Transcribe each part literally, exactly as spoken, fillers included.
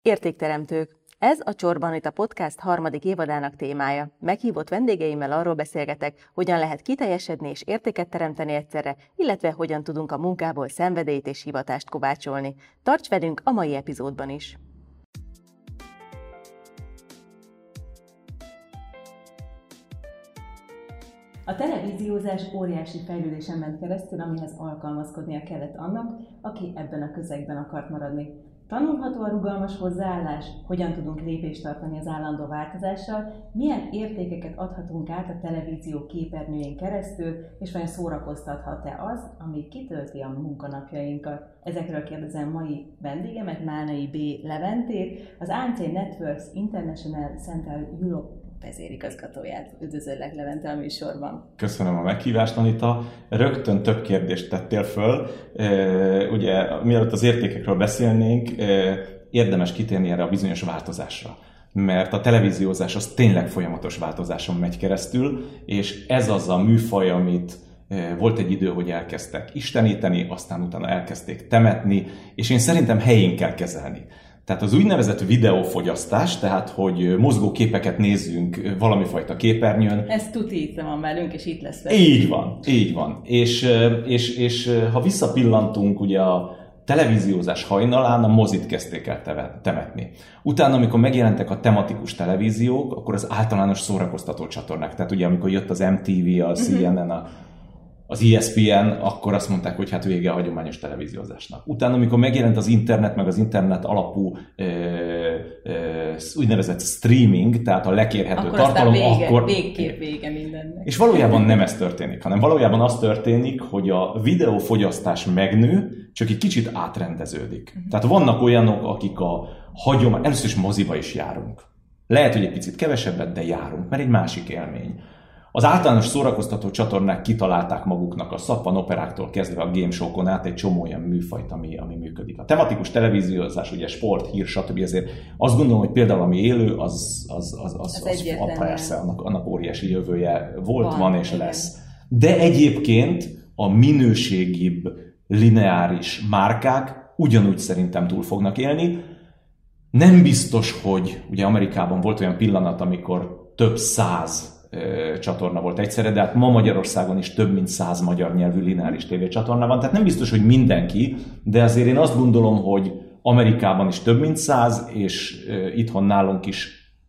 Értékteremtők. Ez a Csorban Anita Podcast harmadik évadának témája. Meghívott vendégeimmel arról beszélgetek, hogyan lehet kiteljesedni és értéket teremteni egyszerre, illetve hogyan tudunk a munkából szenvedélyt és hivatást kovácsolni. Tarts velünk a mai epizódban is! A televíziózás óriási fejlődésen ment keresztül, amihez alkalmazkodnia kellett annak, aki ebben a közegben akart maradni. Tanulható a rugalmas hozzáállás, hogyan tudunk lépést tartani az állandó változással, milyen értékeket adhatunk át a televízió képernyőjén keresztül, és vajon szórakoztathat-e az, ami kitölti a munkanapjainkat. Ezekről kérdezem mai vendégemet, Málnai B. Leventét, az á en cé Networks International Central Europe vezérigazgatóját. Üdvözöllek, Levente, a műsorban. Köszönöm a meghívást, Anita. Rögtön több kérdést tettél föl. Ugye, mielőtt az értékekről beszélnénk, érdemes kitérni erre a bizonyos változásra. Mert a televíziózás az tényleg folyamatos változáson megy keresztül, és ez az a műfaj, amit volt egy idő, hogy elkezdtek isteníteni, aztán utána elkezdték temetni, és én szerintem helyén kell kezelni. Tehát az úgynevezett videófogyasztás, tehát hogy mozgó képeket nézzünk valamifajta képernyőn. Ez tuti itt van velünk, és itt lesz velünk. Így van, így van. És, és, és ha visszapillantunk ugye a televíziózás hajnalán, a mozit kezdték el temetni. Utána, amikor megjelentek a tematikus televíziók, akkor az általános szórakoztató csatornák. Tehát ugye amikor jött az em té vé, a cé en en, a az é es pé en, akkor azt mondták, hogy hát vége a hagyományos televíziózásnak. Utána, amikor megjelent az internet, meg az internet alapú ö, ö, úgynevezett streaming, tehát a lekérhető akkor tartalom, vége, akkor... végképp vége mindennek. És valójában nem ez történik, hanem valójában az történik, hogy a videófogyasztás megnő, csak egy kicsit átrendeződik. Uh-huh. Tehát vannak olyanok, akik a hagyomány... Először is moziba is járunk. Lehet, hogy egy picit kevesebbet, de járunk, mert egy másik élmény. Az általános szórakoztató csatornák kitalálták maguknak a szappanoperáktól kezdve a game show-kon át egy csomó olyan műfajt, ami, ami működik. A tematikus televíziózás, ugye sport, hír, stb. Ezért azt gondolom, hogy például ami élő, az, az, az, az, az, az persze, annak, annak óriási jövője volt, van, van és igen. lesz. De egyébként a minőségibb, lineáris márkák ugyanúgy szerintem túl fognak élni. Nem biztos, hogy ugye Amerikában volt olyan pillanat, amikor több száz csatorna volt egyszerre, de hát ma Magyarországon is több mint száz magyar nyelvű lineáris tévécsatorna van, tehát nem biztos, hogy mindenki, de azért én azt gondolom, hogy Amerikában is több mint száz, és itthon nálunk is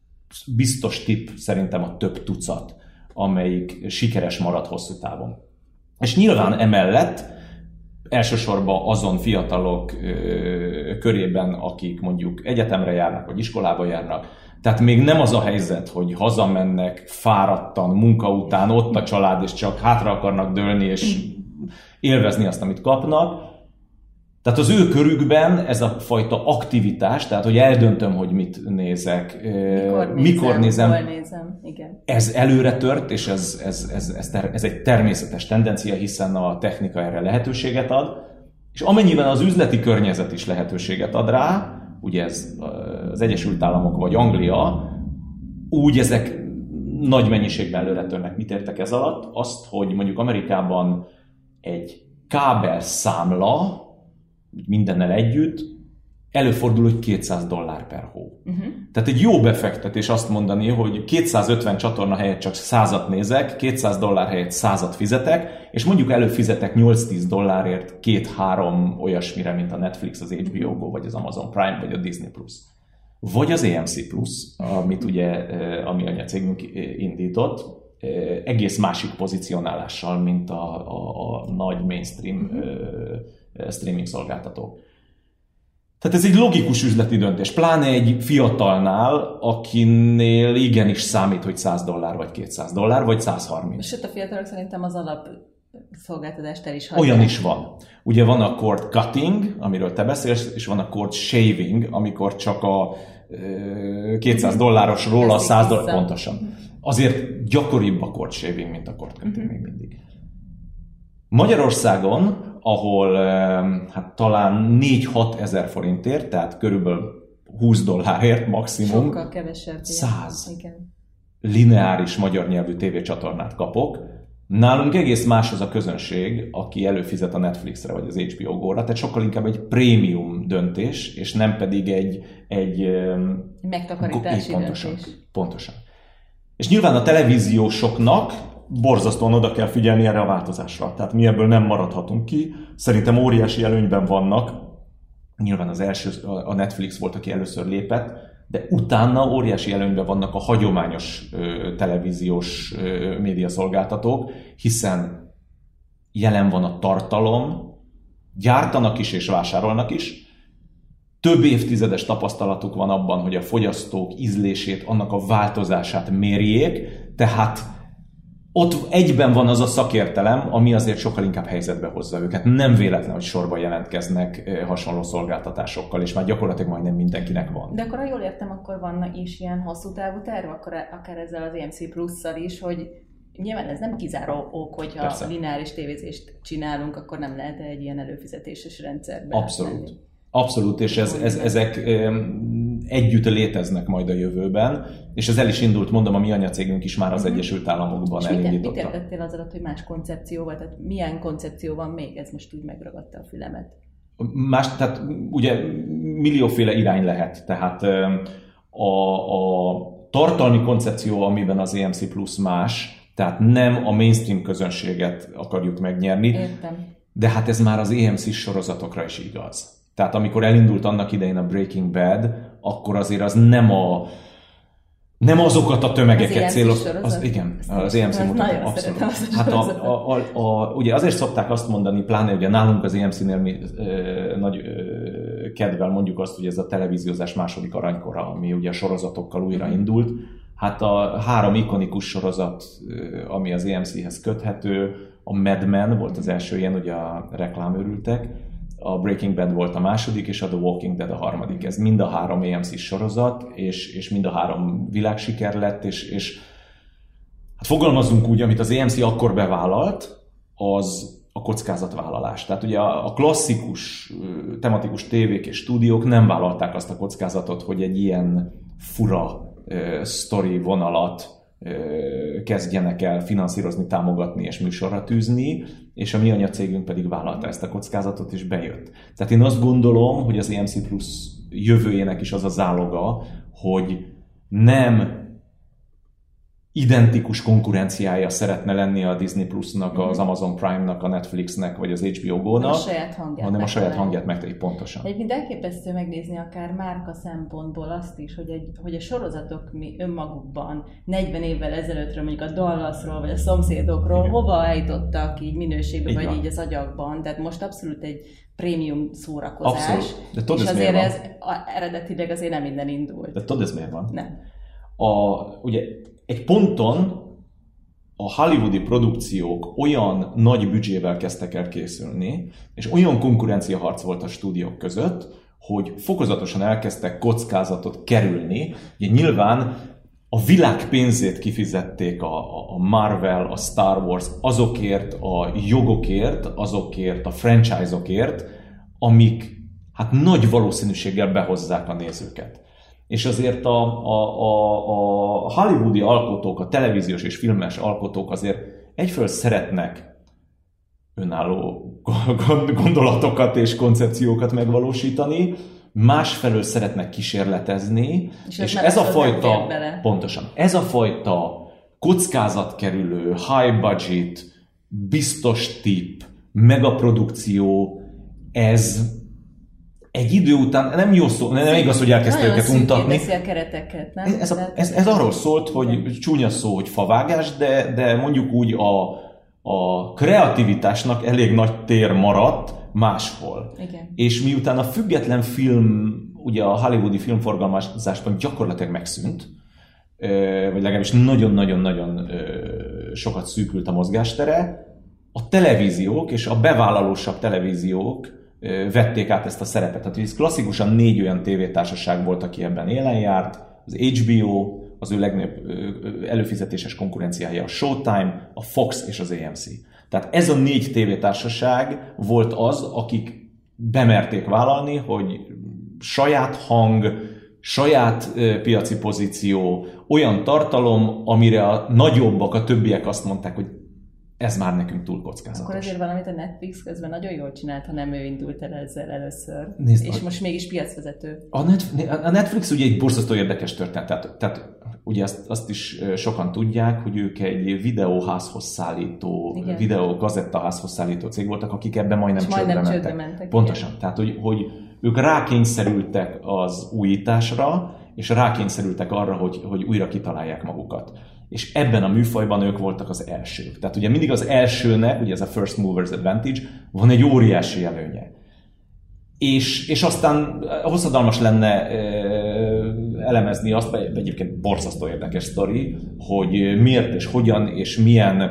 biztos tipp szerintem a több tucat, amelyik sikeres marad hosszú távon. És nyilván emellett elsősorban azon fiatalok körében, akik mondjuk egyetemre járnak, vagy iskolába járnak, tehát még nem az a helyzet, hogy hazamennek fáradtan munka után, ott a család, és csak hátra akarnak dőlni, és élvezni azt, amit kapnak. Tehát az ő körükben ez a fajta aktivitás, tehát hogy eldöntöm, hogy mit nézek, mikor, mikor nézem, nézem, nézem. Igen. Ez előre tört, és ez, ez, ez, ez, ez egy természetes tendencia, hiszen a technika erre lehetőséget ad, és amennyiben az üzleti környezet is lehetőséget ad rá, ugye ez az Egyesült Államok vagy Anglia, úgy ezek nagy mennyiségben előre törnek. Mit értek ez alatt? Azt, hogy mondjuk Amerikában egy kábel számla, mindennel együtt, előfordul, hogy kétszáz dollár per hó. Uh-huh. Tehát egy jó befektetés azt mondani, hogy kétszázötven csatorna helyett csak százat nézek, kétszáz dollár helyett százat fizetek, és mondjuk előfizetek nyolc-tíz dollárért két-három olyasmire, mint a Netflix, az há bé o Go, vagy az Amazon Prime, vagy a Disney Plus. Vagy az á em cé Plus, amit ugye a mi anyacégünk indított, egész másik pozicionálással, mint a, a, a nagy mainstream uh-huh. streaming szolgáltatók. Tehát ez egy logikus üzleti döntés, pláne egy fiatalnál, akinél igenis számít, hogy száz dollár, vagy kétszáz dollár, vagy száz harminc. Sőt, a fiatalok szerintem az alap szolgáltatást el is hagyják. Olyan is van. Ugye van a cord cutting, amiről te beszélsz, és van a cord shaving, amikor csak a kétszáz dollárosról a száz dollár, pontosan. Azért gyakoribb a cord shaving, mint a cord cutting még mindig. Magyarországon, ahol hát talán négy-hat ezer forintért, tehát körülbelül húsz dollárért maximum, sokkal kevesebb, száz igen. lineáris magyar nyelvű tévécsatornát kapok, Nálunk egész más az a közönség, aki előfizet a Netflixre vagy az há bé o Go-ra, tehát sokkal inkább egy prémium döntés, és nem pedig egy... egy megtakarítási pontosan, döntés. Pontosan. És nyilván a televíziósoknak borzasztóan oda kell figyelni erre a változásra. Tehát mi ebből nem maradhatunk ki. Szerintem óriási előnyben vannak. Nyilván az első, a Netflix volt, aki először lépett, de utána óriási előnyben vannak a hagyományos ö, televíziós ö, médiaszolgáltatók, hiszen jelen van a tartalom, gyártanak is és vásárolnak is. Több évtizedes tapasztalatuk van abban, hogy a fogyasztók ízlését, annak a változását mérjék, tehát ott egyben van az a szakértelem, ami azért sokkal inkább helyzetbe hozza őket. Nem véletlen, hogy sorba jelentkeznek hasonló szolgáltatásokkal, és már gyakorlatilag majdnem mindenkinek van. De akkor, ha jól értem, akkor van is ilyen hosszú távú terv, akkor akár ezzel az á em cé Plusszal is, hogy nyilván ez nem kizáró ok, hogyha Persze. lineáris tévézést csinálunk, akkor nem lehet egy ilyen előfizetéses rendszerbe. Abszolút. Menni. Abszolút, és ez, ez, ezek együtt léteznek majd a jövőben, és ez el is indult, mondom, a mi anyacégünk is már az Egyesült Államokban és elindította. Mit értettél az alatt, hogy más koncepció volt? Tehát milyen koncepció van még? Ez most úgy megragadta a fülemet. Más, tehát ugye millióféle irány lehet, tehát a, a tartalmi koncepció, amiben az á em cé Plus más, tehát nem a mainstream közönséget akarjuk megnyerni, Értem. De hát ez már az á em cé sorozatokra is igaz. Tehát amikor elindult annak idején a Breaking Bad, akkor azért az nem a nem azokat a tömegeket céloz. Az, igen, az á em cé mutató, abszolút. Hát a, a, a, a, ugye azért szokták azt mondani, pláne ugye nálunk az á em cé-nél mi ö, nagy ö, kedvel mondjuk azt, hogy ez a televíziózás második aranykora, ami ugye a sorozatokkal újraindult. Hát a három ikonikus sorozat, ami az á em cé-hez köthető, a Mad Men volt az első ilyen, ugye a reklámőrültek, a Breaking Bad volt a második, és a The Walking Dead a harmadik. Ez mind a három á em cé sorozat, és, és mind a három világsiker lett, és, és hát fogalmazunk úgy, amit az á em cé akkor bevállalt, az a kockázatvállalás. Tehát ugye a, a klasszikus tematikus tévék és stúdiók nem vállalták azt a kockázatot, hogy egy ilyen fura uh, sztori vonalat kezdjenek el finanszírozni, támogatni és műsorra tűzni, és a mi anyacégünk pedig vállalta ezt a kockázatot, és bejött. Tehát én azt gondolom, hogy az á em cé Plus jövőjének is az a záloga, hogy nem identikus konkurenciája szeretne lenni a Disney Plusnak, az Amazon Prime-nak, a Netflixnek, vagy az há bé o Go-nak, a saját hangját hanem a saját hangját megtenni, pontosan. Egyébként elképesztő megnézni akár márka szempontból azt is, hogy, egy, hogy a sorozatok mi önmagukban negyven évvel ezelőttről, mondjuk a Dallasról, vagy a szomszédokról, igen, hova állítottak így minőségben, így vagy van. Így az agyakban. Tehát most abszolút egy prémium szórakozás. Abszolút. De tudod, és ez azért ez eredetileg azért nem minden indult. De tudod, ez miért van? Nem. A, ugye egy ponton a hollywoodi produkciók olyan nagy büdzsével kezdtek el készülni, és olyan konkurenciaharc volt a stúdiók között, hogy fokozatosan elkezdtek kockázatot kerülni. Ugye nyilván a világ pénzét kifizették a, a Marvel, a Star Wars azokért a jogokért, azokért a franchise-okért, amik hát nagy valószínűséggel behozzák a nézőket. És azért a, a, a, a hollywoodi alkotók, a televíziós és filmes alkotók azért egyfelől szeretnek önálló gondolatokat és koncepciókat megvalósítani, másfelől szeretnek kísérletezni, és, és ez a fajta, pontosan, ez a fajta kockázatkerülő, high budget, biztos tipp, megaprodukció, ez egy idő után, nem jó szó, nem igaz, hogy elkezdte őket untatni. Nagyon a kereteket, nem? Ez, a, ez, ez arról szólt, hogy csúnya szó, hogy favágás, de, de mondjuk úgy a, a kreativitásnak elég nagy tér maradt máshol. Igen. És miután a független film, ugye a hollywoodi filmforgalmazásban gyakorlatilag megszűnt, vagy legalábbis nagyon-nagyon-nagyon sokat szűkült a mozgástere, a televíziók és a bevállalósabb televíziók vették át ezt a szerepet. Tehát ez klasszikusan négy olyan tévétársaság volt, aki ebben élen járt, az há bé o, az ő legnagyobb előfizetéses konkurenciája a Showtime, a Fox és az á em cé. Tehát ez a négy tévétársaság volt az, akik bemerték vállalni, hogy saját hang, saját piaci pozíció, olyan tartalom, amire a nagyobbak, a többiek azt mondták, hogy ez már nekünk túl kockázatos. Akkor azért valamit a Netflix közben nagyon jól csinált, ha nem ő indult el ezzel először. Nézd, és a... most mégis piacvezető. A, Net, a Netflix ugye egy borzasztó érdekes történet. Tehát, tehát ugye azt, azt is sokan tudják, hogy ők egy videóházhoz szállító, igen. videókazettaházhoz szállító cég voltak, akik ebben majdnem, majdnem csődbe mentek. mentek. Pontosan. Igen. Tehát, hogy, hogy ők rákényszerültek az újításra, és rákényszerültek arra, hogy, hogy újra kitalálják magukat. És ebben a műfajban ők voltak az elsők. Tehát ugye mindig az elsőnek, ugye ez a first movers advantage, van egy óriási előnye. És, és aztán hosszadalmas lenne elemezni azt, vagy egyébként borzasztó érdekes sztori, hogy miért és hogyan és milyen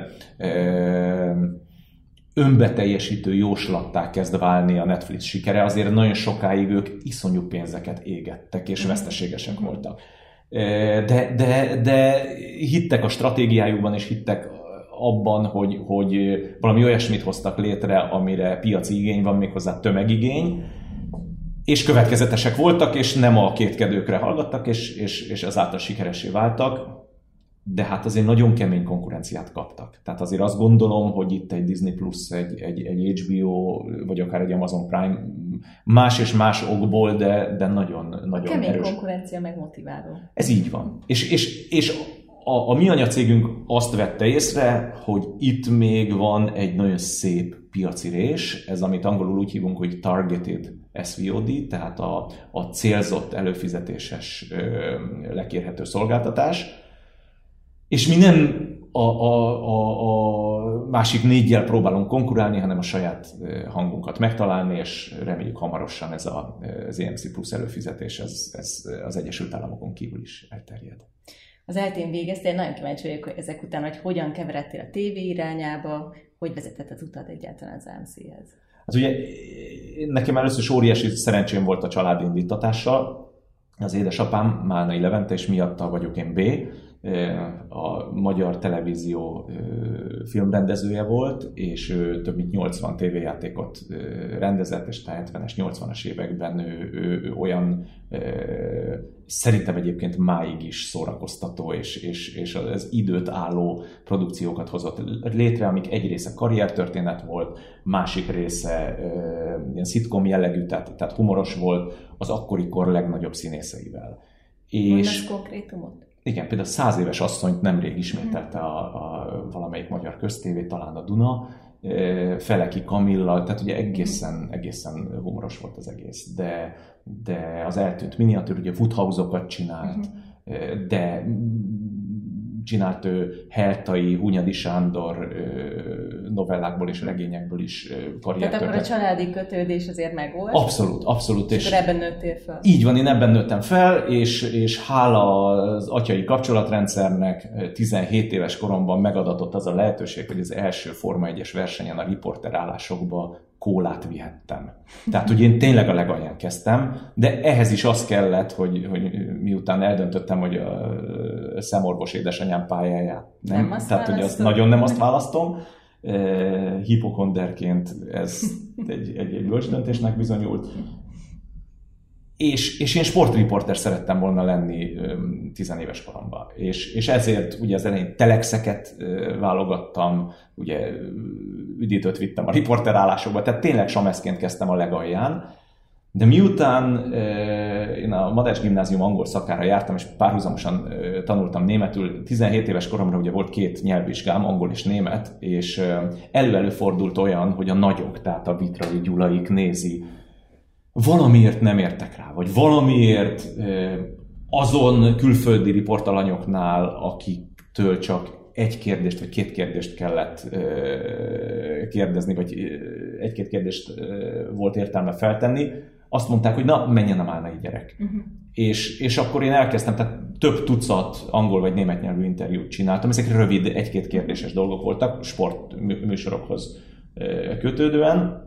önbeteljesítő jóslattá kezd válni a Netflix sikere. Azért nagyon sokáig ők iszonyú pénzeket égettek, és veszteségesek voltak. De, de, de hittek a stratégiájukban, és hittek abban, hogy, hogy valami olyasmit hoztak létre, amire piaci igény van, méghozzá tömegigény, és következetesek voltak, és nem a kétkedőkre hallgattak, és, és, és ezáltal sikeressé váltak, de hát azért nagyon kemény konkurenciát kaptak. Tehát azért azt gondolom, hogy itt egy Disney Plus, egy, egy, egy há bé ó, vagy akár egy Amazon Prime, más és más okból, de, de nagyon, nagyon kemény erős. Konkurencia meg motiváló. Ez így van. És, és, és a, a mi anyacégünk azt vette észre, hogy itt még van egy nagyon szép piaci rés, ez amit angolul úgy hívunk, hogy targeted es vé o dé, tehát a, a célzott előfizetéses ö, lekérhető szolgáltatás. És mi nem a, a, a, a másik négyjel próbálunk konkurálni, hanem a saját hangunkat megtalálni, és reméljük hamarosan ez a, az á em cé Plus előfizetés ez, ez az Egyesült Államokon kívül is elterjed. Az eltén végeztél, nagyon kíváncsi vagyok hogy ezek után, hogy hogyan keveredtél a tévé irányába, hogy vezetett az utat egyáltalán az á em céhez? Hát ugye nekem először is óriási szerencsém volt a családi indítatással. Az édesapám Málnai Levente, és miatta vagyok én B, a Magyar Televízió filmrendezője volt, és ő több mint nyolcvan tévéjátékot rendezett, és a hetvenes, nyolcvanas években ő, ő, ő olyan szerintem egyébként máig is szórakoztató, és, és, és az időt álló produkciókat hozott létre, amik egy része karriertörténet volt, másik része ilyen szitkom jellegű, tehát, tehát humoros volt az akkori kor legnagyobb színészeivel. Mondasz konkrétumot? Igen, például a Száz éves asszonyt nemrég ismételte a, a valamelyik magyar köztévé, talán a Duna, Feleki Kamilla, tehát ugye egészen, egészen humoros volt az egész, de, de az eltűnt miniatűr, ugye Woodhouse-okat csinált, uh-huh. de csinált ő Heltai, Hunyadi Sándor novellákból és regényekből is karriert. Tehát akkor a családi kötődés azért megvolt? Abszolút, abszolút. És, és ebben nőttél fel? Így van, én ebben nőttem fel, és, és hála az atyai kapcsolatrendszernek tizenhét éves koromban megadatott az a lehetőség, hogy az első Forma egyes versenyen a riporter állásokba kólát vihettem. Tehát, hogy én tényleg a legalján kezdtem, de ehhez is az kellett, hogy, hogy miután eldöntöttem, hogy a szemorvos édesanyám pályáját nem, nem tehát, hogy azt nagyon nem azt választom. Hipokonderként ez egy, egy, egy bölcs döntésnek bizonyult. És, és én sportriporter szerettem volna lenni tizenéves koromban. És, és ezért ugye az elején telexeket válogattam, ugye üdítőt vittem a riporterállásokba, tehát tényleg sameszként kezdtem a legalján. De miután én a Madách Gimnázium angol szakára jártam, és párhuzamosan tanultam németül, tizenhét éves koromra ugye volt két nyelvvizsgám, angol és német, és elő-elő fordult olyan, hogy a nagyok, tehát a Vitrai Gyulaik nézi, valamiért nem értek rá, vagy valamiért azon külföldi riportalanyoknál, akiktől csak egy kérdést, vagy két kérdést kellett kérdezni, vagy egy-két kérdést volt értelme feltenni, azt mondták, hogy na, menjen a Málnai gyerek. Uh-huh. És, és akkor én elkezdtem, tehát több tucat angol vagy német nyelvű interjút csináltam, ezek rövid, egy-két kérdéses dolgok voltak, sportműsorokhoz kötődően,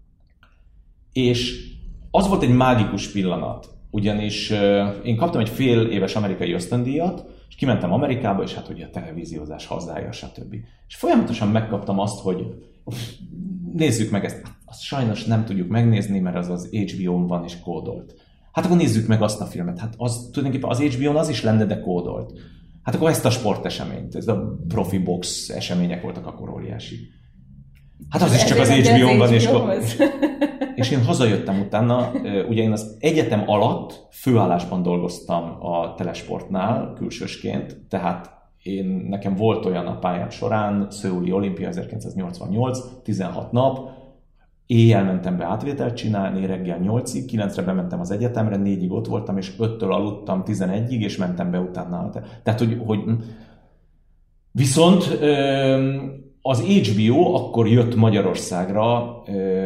és az volt egy mágikus pillanat, ugyanis én kaptam egy fél éves amerikai ösztöndíjat, és kimentem Amerikába, és hát ugye a televíziózás hazája, stb. És folyamatosan megkaptam azt, hogy nézzük meg ezt, azt sajnos nem tudjuk megnézni, mert az az há bé ó-n van és kódolt. Hát akkor nézzük meg azt a filmet, hát az tulajdonképpen az há bé ó-n az is lenne, de kódolt. Hát akkor ezt a sporteseményt, ez a profi box események voltak akkor óriási. Hát az is csak az há bé ó-n van, és, és én hazajöttem utána, ugye én az egyetem alatt főállásban dolgoztam a Telesportnál külsősként, tehát én, nekem volt olyan a pályám során, Szöuli olimpia ezerkilencszáznyolcvannyolc, tizenhat nap, éjjel mentem be átvételt csinálni, reggel nyolcig, kilencre bementem az egyetemre, négyig ott voltam, és öttől aludtam tizenegyig, és mentem be utána. Tehát, hogy, hogy... Viszont az há bé ó akkor jött Magyarországra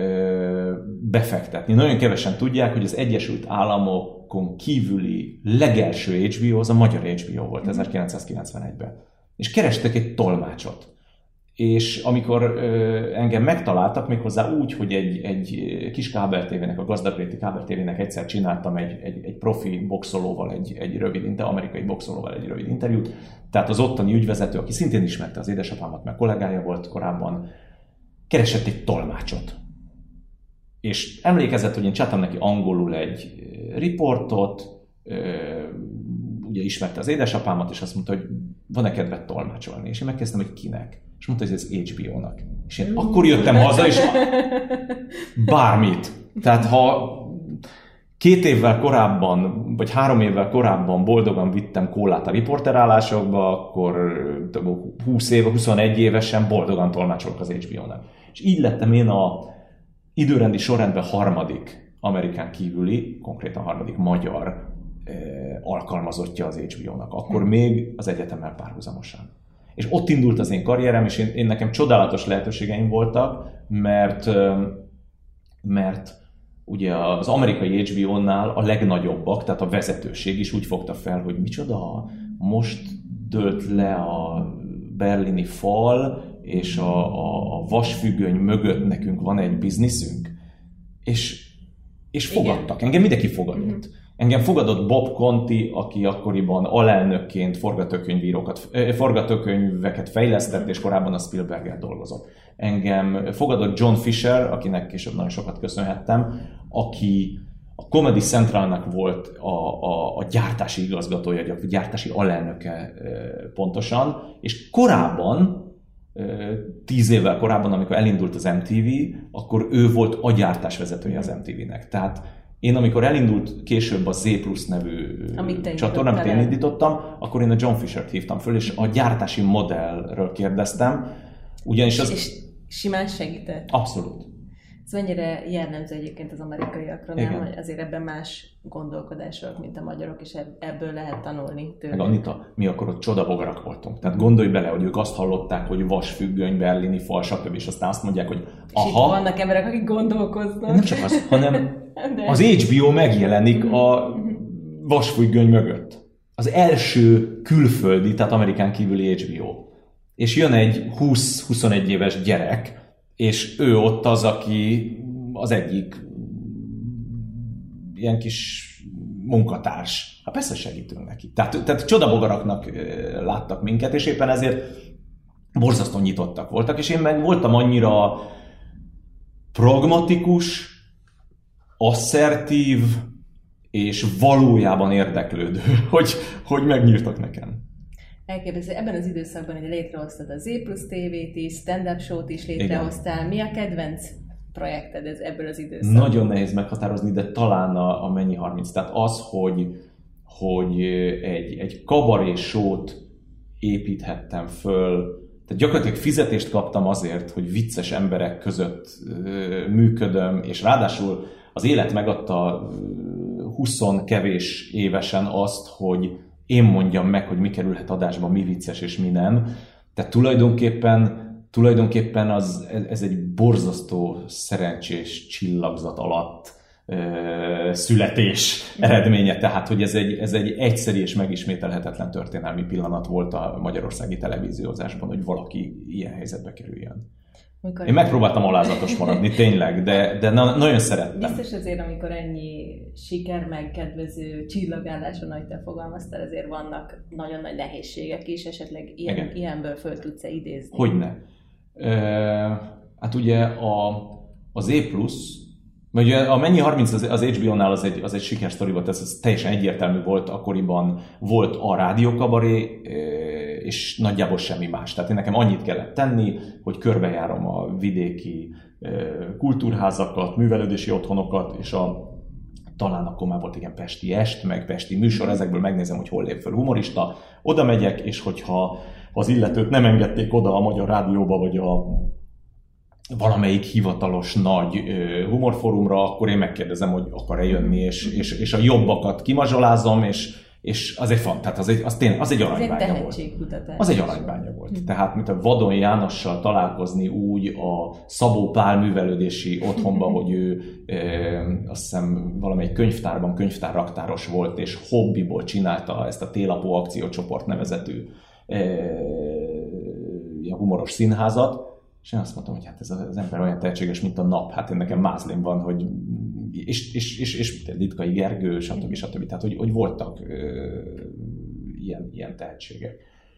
befektetni. Nagyon kevesen tudják, hogy az Egyesült Államokon kívüli legelső há bé ó az a magyar há bé ó volt ezerkilencszázkilencvenegyben. És kerestek egy tolmácsot. És amikor ö, engem megtaláltak, méghozzá úgy, hogy egy, egy kis kábeltévének, a Gazdagréti kábeltévének egyszer csináltam egy, egy, egy profi boxolóval, egy, egy rövid interjú, amerikai boxolóval egy rövid interjút, tehát az ottani ügyvezető, aki szintén ismerte az édesapámat, mert kollégája volt korábban, keresett egy tolmácsot. És emlékezett, hogy én csináltam neki angolul egy riportot, ö, ugye ismerte az édesapámat, és azt mondta, hogy van-e kedved tolmácsolni? És én megkezdtem, hogy kinek? És mondta, hogy ez há bé ó-nak. És én akkor jöttem haza, és bármit. Tehát ha két évvel korábban, vagy három évvel korábban boldogan vittem kólát a riporterállásokba, akkor húsz éve, huszonegy évesen boldogan tolmácsolok az há bé ó-nak. És így lettem én a időrendi sorrendben harmadik Amerikán kívüli, konkrétan harmadik magyar alkalmazottja az há bé ó-nak. Akkor még az egyetemmel párhuzamosan. És ott indult az én karrierem, és én, én nekem csodálatos lehetőségeim voltak, mert, mert ugye az amerikai há bé ó-nál a legnagyobbak, tehát a vezetőség is úgy fogta fel, hogy micsoda, most dőlt le a berlini fal, és a, a, a vasfüggöny mögött nekünk van egy bizniszünk. És, és fogadtak. Engem mindenki fogadott. Mm-hmm. Engem fogadott Bob Conti, aki akkoriban alelnökként forgatókönyvírókat, forgatókönyveket fejlesztett, és korábban a Spielberggel dolgozott. Engem fogadott John Fisher, akinek később nagyon sokat köszönhettem, aki a Comedy Centralnak volt a, a, a gyártási igazgatója, a gyártási alelnöke pontosan, és korábban, tíz évvel korábban, amikor elindult az em té vé, akkor ő volt a gyártásvezetője az em té vé-nek. Tehát én, amikor elindult később a Z Plus nevű csatorna, amit én indítottam, akkor én a John Fishert hívtam föl, és a gyártási modellről kérdeztem. Ugyanis az... És simán segített? Abszolút. Ez mennyire jellemző egyébként az amerikaiakra, nem? Hogy azért ebben más gondolkodások, mint a magyarok, és ebből lehet tanulni tőlük. Meg Anita, mi akkor ott csodabogarak voltunk. Tehát gondolj bele, hogy ők azt hallották, hogy vasfüggöny, berlini fal, stb. És aztán azt mondják, hogy aha... És itt vannak emberek, akik gondolkoznak. Nem csak az, hanem de... az há bé ó megjelenik a vasfüggöny mögött. Az első külföldi, tehát Amerikán kívüli há bé ó. És jön egy húsz-huszonegy éves gyerek, és ő ott az, aki az egyik ilyen kis munkatárs. Hát persze segítünk neki. Tehát, tehát csodabogaraknak láttak minket, és éppen ezért borzasztó nyitottak voltak, és én meg voltam annyira pragmatikus, asszertív, és valójában érdeklődő, hogy, hogy megnyírtak nekem. Elképesztő, ebben az időszakban hogy létrehoztad a Z Plus té vét is, stand-up show-t is létrehoztál. Igen. Mi a kedvenc projekted ez ebből az időszakban? Nagyon nehéz meghatározni, de talán a, a Mennyi harminc. Tehát az, hogy, hogy egy, egy kabaré show-t építhettem föl, tehát gyakorlatilag fizetést kaptam azért, hogy vicces emberek között működöm, és ráadásul az élet megadta húsz kevés évesen azt, hogy én mondjam meg, hogy mi kerülhet adásba, mi vicces és mi nem. Tehát tulajdonképpen, tulajdonképpen az, ez egy borzasztó szerencsés csillagzat alatt ö, születés eredménye. Tehát, hogy ez egy, ez egy egyszerű és megismételhetetlen történelmi pillanat volt a magyarországi televíziózásban, hogy valaki ilyen helyzetbe kerüljön. Mikor én megpróbáltam alázatos maradni, tényleg, de, de na, nagyon szerettem. Biztos azért, amikor ennyi siker, meg kedvező csillagálláson, ahogy te fogalmaztál, azért vannak nagyon nagy nehézségek is, esetleg ilyen, ilyenből föl tudsz-e idézni? Hogyne. E, hát ugye a, az Z Plus, Ugye a Mennyi harminc az, az há bé ó-nál az egy, az egy sikersztori volt, ez, ez teljesen egyértelmű volt, akkoriban volt a rádiókabaré, és nagyjából semmi más. Tehát én nekem annyit kellett tenni, hogy körbejárom a vidéki kultúrházakat, művelődési otthonokat, és a talán akkor már volt igen Pesti Est, meg Pesti Műsor, ezekből megnézem, hogy hol lép föl humorista, oda megyek, és hogyha az illetőt nem engedték oda a Magyar Rádióba, vagy a valamelyik hivatalos nagy humorfórumra, akkor én megkérdezem, hogy akar-e jönni, és, és, és a jobbakat kimazsolázom, és, és az egy fan, tehát az egy, az tényleg, az egy aranybánya volt. Az egy aranybánya volt. Tehát, mint a Vadon Jánossal találkozni úgy a Szabó Pál művelődési otthonban, hogy ő e, azt hiszem valamelyik könyvtárban könyvtárraktáros volt, és hobbiból csinálta ezt a Télapó akciócsoport nevezetű e, humoros színházat, és én azt mondtam, hogy hát ez az ember olyan tehetséges, mint a nap. Hát én nekem mázlim van, hogy és, és, és, és Litkai Gergő, stb. stb. Tehát, hogy, hogy voltak ö, ilyen, ilyen tehetségek.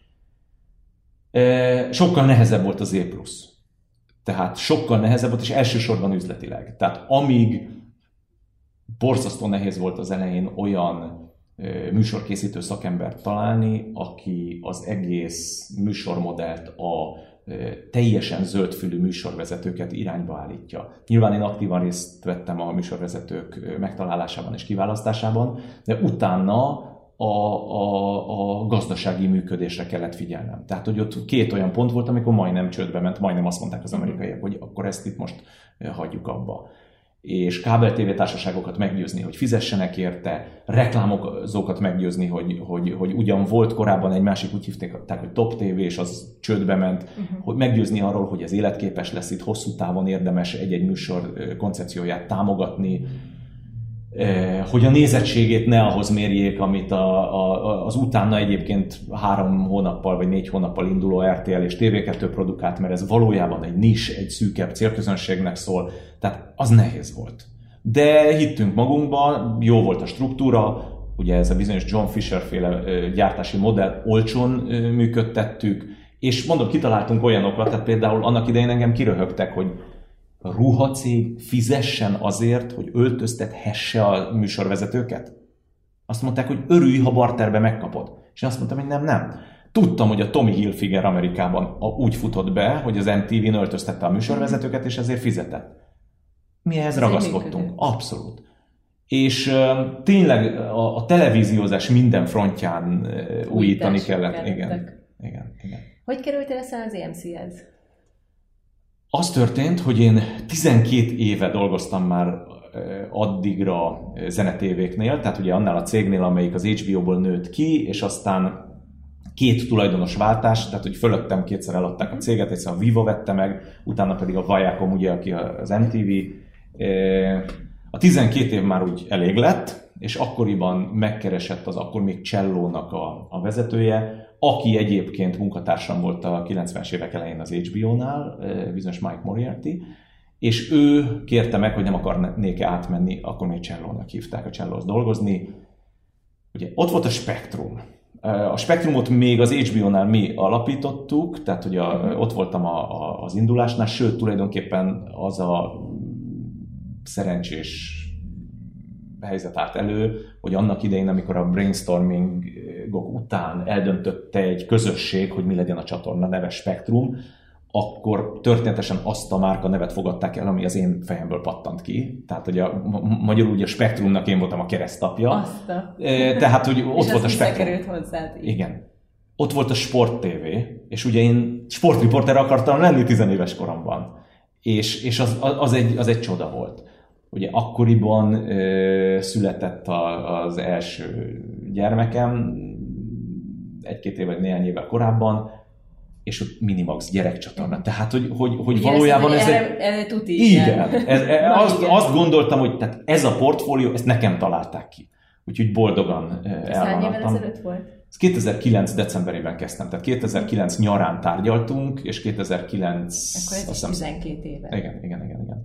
E, sokkal nehezebb volt az E plusz. Tehát sokkal nehezebb volt, és elsősorban üzletileg. Tehát amíg borzasztó nehéz volt az elején olyan ö, műsorkészítő szakembert találni, aki az egész műsormodellt a teljesen zöldfülű műsorvezetőket irányba állítja. Nyilván én aktívan részt vettem a műsorvezetők megtalálásában és kiválasztásában, de utána a, a, a gazdasági működésre kellett figyelnem. Tehát, hogy ott két olyan pont volt, amikor majdnem csődbe ment, majdnem azt mondták az amerikaiak, hogy akkor ezt itt most hagyjuk abba. És kábel tévétársaságokat meggyőzni, hogy fizessenek érte, reklámozókat meggyőzni, hogy, hogy, hogy ugyan volt korábban egy másik, úgy hívták, hogy Top té vé, és az csődbe ment, uh-huh. hogy meggyőzni arról, hogy ez életképes lesz, itt hosszú távon érdemes egy-egy műsor koncepcióját támogatni, hogy a nézettségét ne ahhoz mérjék, amit a, a, az utána egyébként három hónappal vagy négy hónappal induló er té el és té vé kettő produkált, mert ez valójában egy nis, egy szűkebb célközönségnek szól, tehát az nehéz volt. De hittünk magunkba, jó volt a struktúra, ugye ez a bizonyos John Fisher féle gyártási modell, olcsón működtettük, és mondom, kitaláltunk olyanokat, tehát például annak idején engem kiröhögtek, hogy a ruhacég fizessen azért, hogy öltöztethesse a műsorvezetőket? Azt mondták, hogy örülj, ha barterbe megkapod. És én azt mondtam, hogy nem, nem. Tudtam, hogy a Tommy Hilfiger Amerikában úgy futott be, hogy az em té vén öltöztette a műsorvezetőket, és ezért fizetett. Mi ehhez ragaszkodtunk. Abszolút. És uh, tényleg a, a televíziózás minden frontján uh, újítani kellett. Igen, igen, igen. Hogy kerültél aztán az é em céhez? Az történt, hogy én tizenkét éve dolgoztam már addigra zenetévéknél, tehát ugye annál a cégnél, amelyik az há bé ó-ból nőtt ki, és aztán két tulajdonos váltás, tehát hogy fölöttem kétszer eladták a céget, egyszer a Viva vette meg, utána pedig a Viacom, ugye, aki az em té vé. A tizenkét év már úgy elég lett, és akkoriban megkeresett az akkor még Csellónak a, a vezetője, aki egyébként munkatársam volt a kilencvenes évek elején az há bé ó-nál, bizonyos Mike Moriarty, és ő kérte meg, hogy nem akarnék átmenni, akkor még Csellónak hívták a Csellóhoz dolgozni. Ugye ott volt a Spektrum. A Spektrumot még az há bé ó-nál mi alapítottuk, tehát ugye ott voltam a, a, az indulásnál, sőt tulajdonképpen az a szerencsés helyzet állt elő, hogy annak idején, amikor a brainstormingok után eldöntötte egy közösség, hogy mi legyen a csatorna neve Spektrum, akkor történetesen azt a márka nevet fogadták el, ami az én fejemből pattant ki. Tehát, hogy a, magyarul ugye a Spektrumnak én voltam a keresztapja. Azt a... Tehát, hogy ott és volt a Spektrum. És hozzád. Igen. Ott volt a Sport té vé, és ugye én sportriporter akartam lenni tizenéves koromban. És, és az, az, egy, az egy csoda volt. Ugye akkoriban ö, született a, az első gyermekem, egy-két év vagy néhány évvel korábban, és ott Minimax gyerekcsatorna. Tehát, hogy, hogy, hogy igen, valójában ez egy... Erre tuti. Igen. Ez, ez, azt, azt gondoltam, hogy tehát ez a portfólió, ezt nekem találták ki. Úgyhogy boldogan elvonattam. Hány évvel ezelőtt volt? Ez kétezer-kilenc decemberében kezdtem, tehát kétezer-kilenc nyarán tárgyaltunk, és kétezer-kilenc... Akkor ez is tizenkét éve. Igen, igen, igen, igen.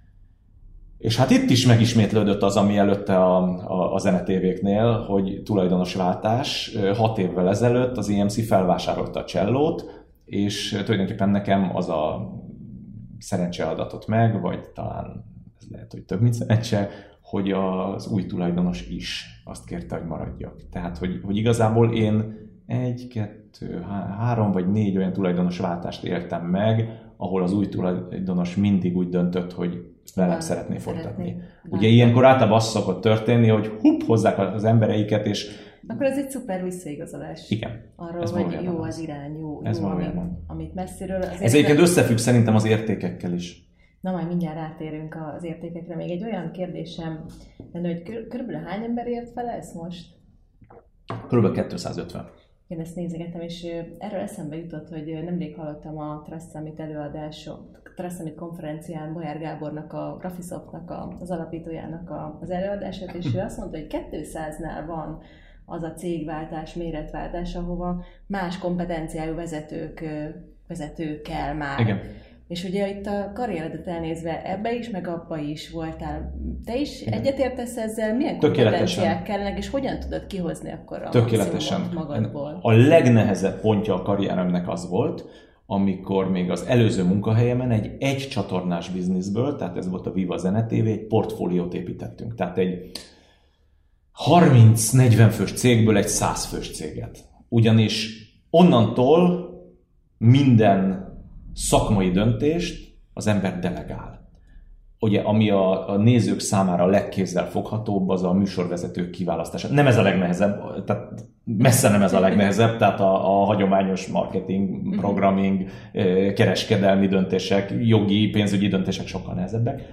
És hát itt is megismétlődött az, ami előtte a, a, a zenetévéknél, hogy tulajdonosváltás. Hat évvel ezelőtt az é em cé felvásárolta a Csellót, és tulajdonképpen nekem az a szerencse adatott meg, vagy talán lehet, hogy több mint szerencse, hogy az új tulajdonos is azt kérte, hogy maradjak. Tehát, hogy, hogy igazából én egy, kettő, három vagy négy olyan tulajdonosváltást éltem meg, ahol az új tulajdonos mindig úgy döntött, hogy velem szeretné folytatni. Ugye ilyenkor általában az szokott történni, hogy hupp, hozzák az embereiket, és... Akkor ez egy szuper visszaigazolás. Igen. Arról, hogy jó az irány, jó, ez jó amit, amit messziről... Ez egyébként összefügg szerintem az értékekkel is. Na, majd mindjárt rátérünk az értékekre. Még egy olyan kérdésem lenne, hogy körülbelül hány ember ért fel ezt most? Körülbelül kétszázötven. Én ezt nézegettem, és erről eszembe jutott, hogy nemrég hallottam a Trust Summit előadások, Trust Summit konferencián Bolyár Gábornak, a Graphisoftnak, az alapítójának az előadását, és ő azt mondta, hogy kétszáznál van az a cégváltás, méretváltás, ahova más kompetenciájú vezetők, vezetők kell már. Igen. És ugye itt a karrieredet elnézve ebbe is, meg abba is voltál. Te is egyetértesz ezzel? Milyen kompetenciák kellenek, és hogyan tudod kihozni akkor a maximumot magadból? A legnehezebb pontja a karrieremnek az volt, amikor még az előző munkahelyemen egy egy csatornás bizniszből, tehát ez volt a Viva Zene té vé, egy portfóliót építettünk. Tehát egy harminc-negyven fős cégből egy száz fős céget. Ugyanis onnantól minden szakmai döntést az ember delegál. Ugye, ami a, a nézők számára a legkézzel foghatóbb, az a műsorvezetők kiválasztása. Nem ez a legnehezebb, tehát messze nem ez a legnehezebb, tehát a, a hagyományos marketing, programming, kereskedelmi döntések, jogi, pénzügyi döntések sokkal nehezebbek.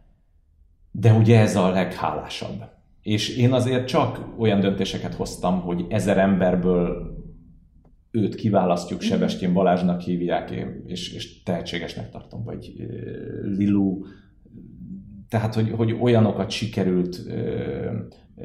De ugye ez a leghálásabb. És én azért csak olyan döntéseket hoztam, hogy ezer emberből őt kiválasztjuk, Sebestyén Balázsnak hívják, és, és tehetségesnek tartom, vagy Lilu. Tehát, hogy, hogy olyanokat sikerült ö, ö,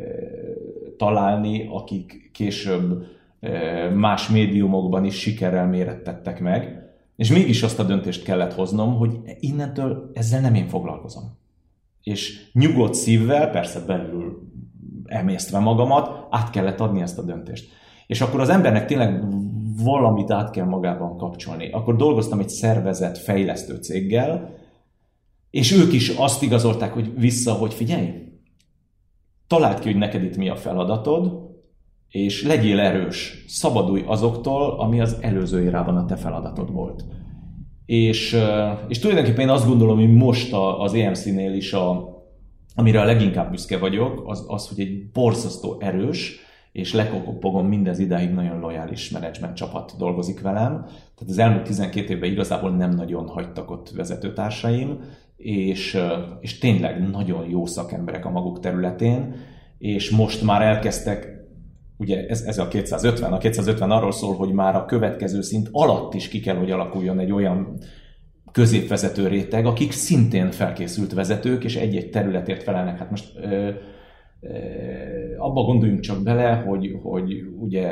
találni, akik később ö, más médiumokban is sikerrel mérettettek meg, és mégis azt a döntést kellett hoznom, hogy innentől ezzel nem én foglalkozom. És nyugodt szívvel, persze belül emésztve magamat, át kellett adni ezt a döntést. És akkor az embernek tényleg valamit át kell magában kapcsolni. Akkor dolgoztam egy szervezett fejlesztő céggel, és ők is azt igazolták, hogy vissza, hogy figyelj, találd ki, hogy neked itt mi a feladatod, és legyél erős, szabadulj azoktól, ami az előző érában a te feladatod volt. És, és tulajdonképpen én azt gondolom, hogy most az é em cé-nél is, a, amire a leginkább büszke vagyok, az, az, hogy egy borzasztó erős, és lekopogom mindez idáig nagyon lojális menedzsment csapat dolgozik velem. Tehát az elmúlt tizenkét évben igazából nem nagyon hagytak ott vezetőtársaim, és, és tényleg nagyon jó szakemberek a maguk területén, és most már elkezdtek, ugye ez, ez a kétszázötven, a kétszázötven arról szól, hogy már a következő szint alatt is ki kell, hogy alakuljon egy olyan középvezető réteg, akik szintén felkészült vezetők, és egy-egy területért felelnek. Hát most ö, ö, abba gondoljunk csak bele, hogy, hogy ugye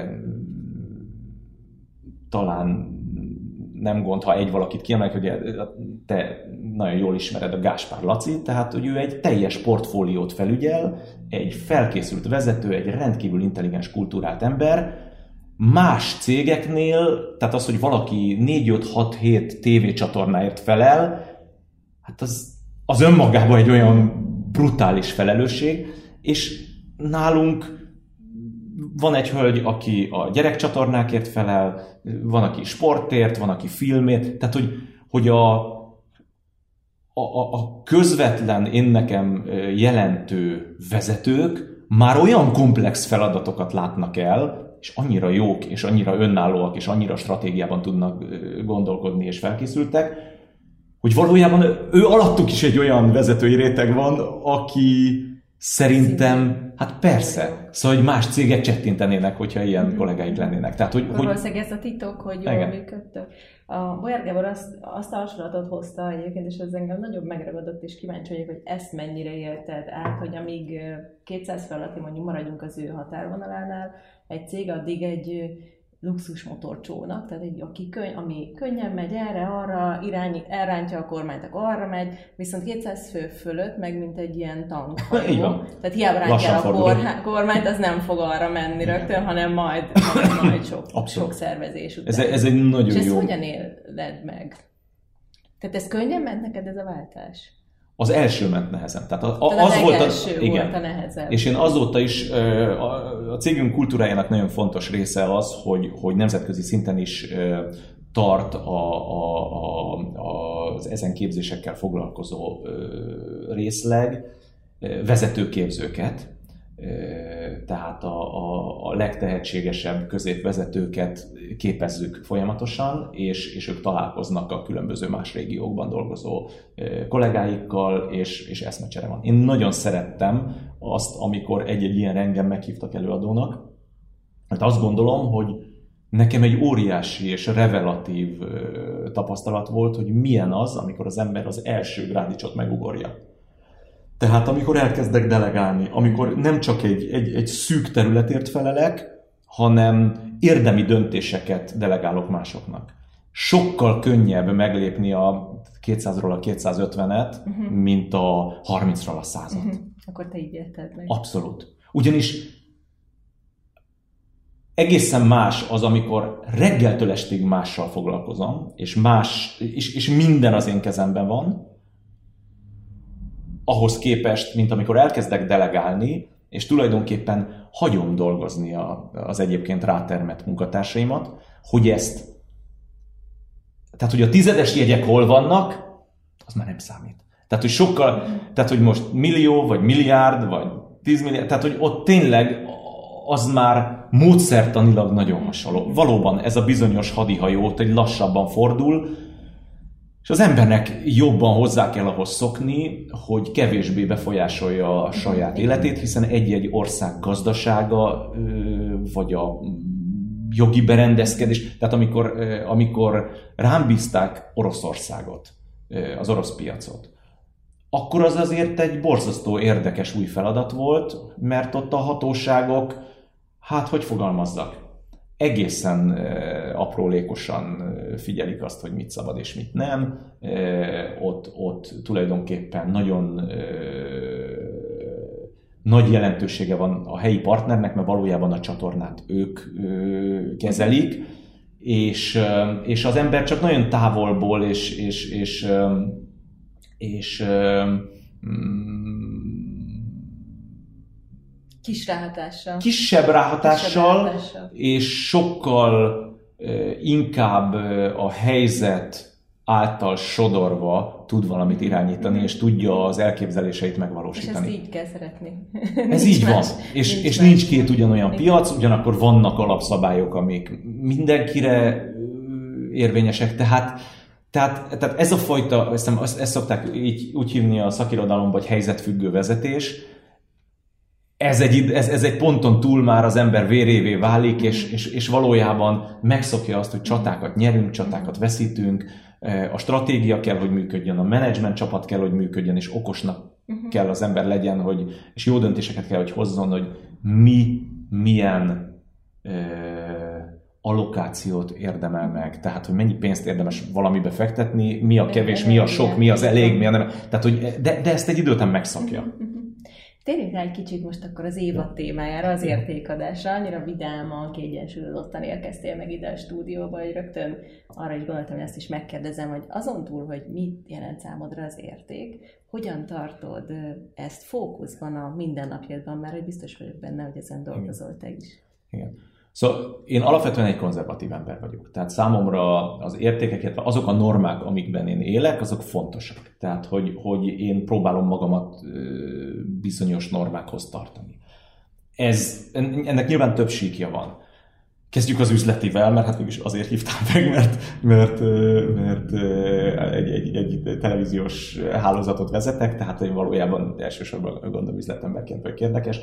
talán nem gond, ha egy valakit kiemelek, hogy te nagyon jól ismered a Gáspár Laci, tehát hogy ő egy teljes portfóliót felügyel, egy felkészült vezető, egy rendkívül intelligens, kultúrált ember, más cégeknél, tehát az, hogy valaki négy öt hat hét tévécsatornáért felel, hát az, az önmagában egy olyan brutális felelősség, és nálunk van egy hölgy, aki a gyerekcsatornákért felel, van, aki sportért, van, aki filmért, tehát hogy, hogy a, a, a közvetlen én nekem jelentő vezetők már olyan komplex feladatokat látnak el, és annyira jók, és annyira önállóak, és annyira stratégiában tudnak gondolkodni, és felkészültek, hogy valójában ő alattuk is egy olyan vezetői réteg van, aki szerintem, hát persze, szóval, hogy más cégek csettintenének, hogyha ilyen mm-hmm. kollégáik lennének. Tehát, hogy, hogy... Valószínűleg ez a titok, hogy jól működtök. A Bolyár Gábor azt, azt a hasonlatot hozta egyébként, és ez engem nagyobb megragadott, és kíváncsi vagyok, hogy ezt mennyire élted át, hogy amíg kétszáz fölötti, mondjuk maradjunk az ő határvonalánál, egy cég addig egy luxus motorcsónak, tehát egy, aki könny, ami könnyen megy erre, arra, irány, elrántja a kormányt, akkor arra megy, viszont kétszáz fő fölött, meg mint egy ilyen tankhajó. Tehát hiába rántja a kor, kormányt, az nem fog arra menni rögtön, hanem majd, majd, majd sok, sok szervezés után. Ez, ez egy nagyon És jó... ezt hogyan éled meg? Tehát ez könnyen ment neked ez a váltás? az első ment nehezen. Tehát, a, Tehát az, az volt, az, a, igen. volt a nehezebb. És én azóta is, a, a cégünk kultúrájának nagyon fontos része az, hogy, hogy nemzetközi szinten is tart a, a, a, az ezen képzésekkel foglalkozó részleg vezetőképzőket. Tehát a, a, a legtehetségesebb középvezetőket képezzük folyamatosan, és, és ők találkoznak a különböző más régiókban dolgozó kollégáikkal, és, és eszmecsere van. Én nagyon szerettem azt, amikor egy-egy ilyen engem meghívtak előadónak, mert azt gondolom, hogy nekem egy óriási és revelatív tapasztalat volt, hogy milyen az, amikor az ember az első grádicsot megugorja. Tehát amikor elkezdek delegálni, amikor nem csak egy, egy, egy szűk területért felelek, hanem érdemi döntéseket delegálok másoknak. Sokkal könnyebb meglépni a kétszázról a kétszázötvenet, uh-huh. mint a harmincról a százat. Uh-huh. Akkor te így érted meg. Abszolút. Ugyanis egészen más az, amikor reggeltől estig mással foglalkozom, és, más, és, és minden az én kezemben van, ahhoz képest, mint amikor elkezdek delegálni, és tulajdonképpen hagyom dolgozni a, az egyébként rátermett munkatársaimat, hogy ezt, tehát hogy a tizedes jegyek hol vannak, az már nem számít. Tehát, hogy sokkal, tehát, hogy most millió, vagy milliárd, vagy tízmilliárd, tehát, hogy ott tényleg az már módszertanilag nagyon hasonló. Valóban ez a bizonyos hadihajó, hogy lassabban fordul, és az embernek jobban hozzá kell ahhoz szokni, hogy kevésbé befolyásolja a saját életét, hiszen egy-egy ország gazdasága, vagy a jogi berendezkedés, tehát amikor, amikor rám bízták Oroszországot, az orosz piacot, akkor az azért egy borzasztó érdekes új feladat volt, mert ott a hatóságok, hát hogy fogalmazzak, egészen aprólékosan figyelik azt, hogy mit szabad és mit nem. Ott, ott tulajdonképpen nagyon nagy jelentősége van a helyi partnernek, mert valójában a csatornát ők kezelik, és, és az ember csak nagyon távolból és, és, és, és Kis ráhatással. Kisebb ráhatással, Kisebb ráhatással. És sokkal uh, inkább uh, a helyzet által sodorva tud valamit irányítani, és tudja az elképzeléseit megvalósítani. És ezt így kell szeretni. Ez így van. És nincs, és nincs két ugyanolyan nincs. piac, ugyanakkor vannak alapszabályok, amik mindenkire érvényesek, tehát Tehát, tehát ez a fajta, ezt, ezt szokták így, úgy hívni a szakirodalomban, hogy helyzetfüggő vezetés, ez egy, ez, ez egy ponton túl már az ember vérévé válik, és, és, és valójában megszokja azt, hogy csatákat nyerünk, csatákat veszítünk, a stratégia kell, hogy működjön, a menedzsment csapat kell, hogy működjön, és okosnak uh-huh. kell az ember legyen, hogy, és jó döntéseket kell, hogy hozzon, hogy mi, milyen uh, allokációt érdemel meg, tehát hogy mennyi pénzt érdemes valamibe fektetni, mi a kevés, mi a sok, mi az elég, mi a nem. Tehát, hogy, de, de ezt egy idő után megszokja. Térjünk rá egy kicsit most akkor az évad témájára, az értékadásra. Annyira vidáman, kiegyensúlyozottan érkeztél meg ide a stúdióba, hogy rögtön arra is gondoltam, hogy ezt is megkérdezem, hogy azon túl, hogy mit jelent számodra az érték, hogyan tartod ezt fókuszban a mindennapjadban, mert hogy biztos vagyok benne, hogy ezen dolgozol te is. Igen. Szóval én alapvetően egy konzervatív ember vagyok. Tehát számomra az értékek, illetve azok a normák, amikben én élek, azok fontosak. Tehát, hogy, hogy én próbálom magamat bizonyos normákhoz tartani. Ez, ennek nyilván több síkja van. Kezdjük az üzletivel, mert hát mégis azért hívtam meg, mert, mert, mert egy, egy, egy televíziós hálózatot vezetek, tehát én valójában elsősorban gondolom üzletemberként vagyok érdekes.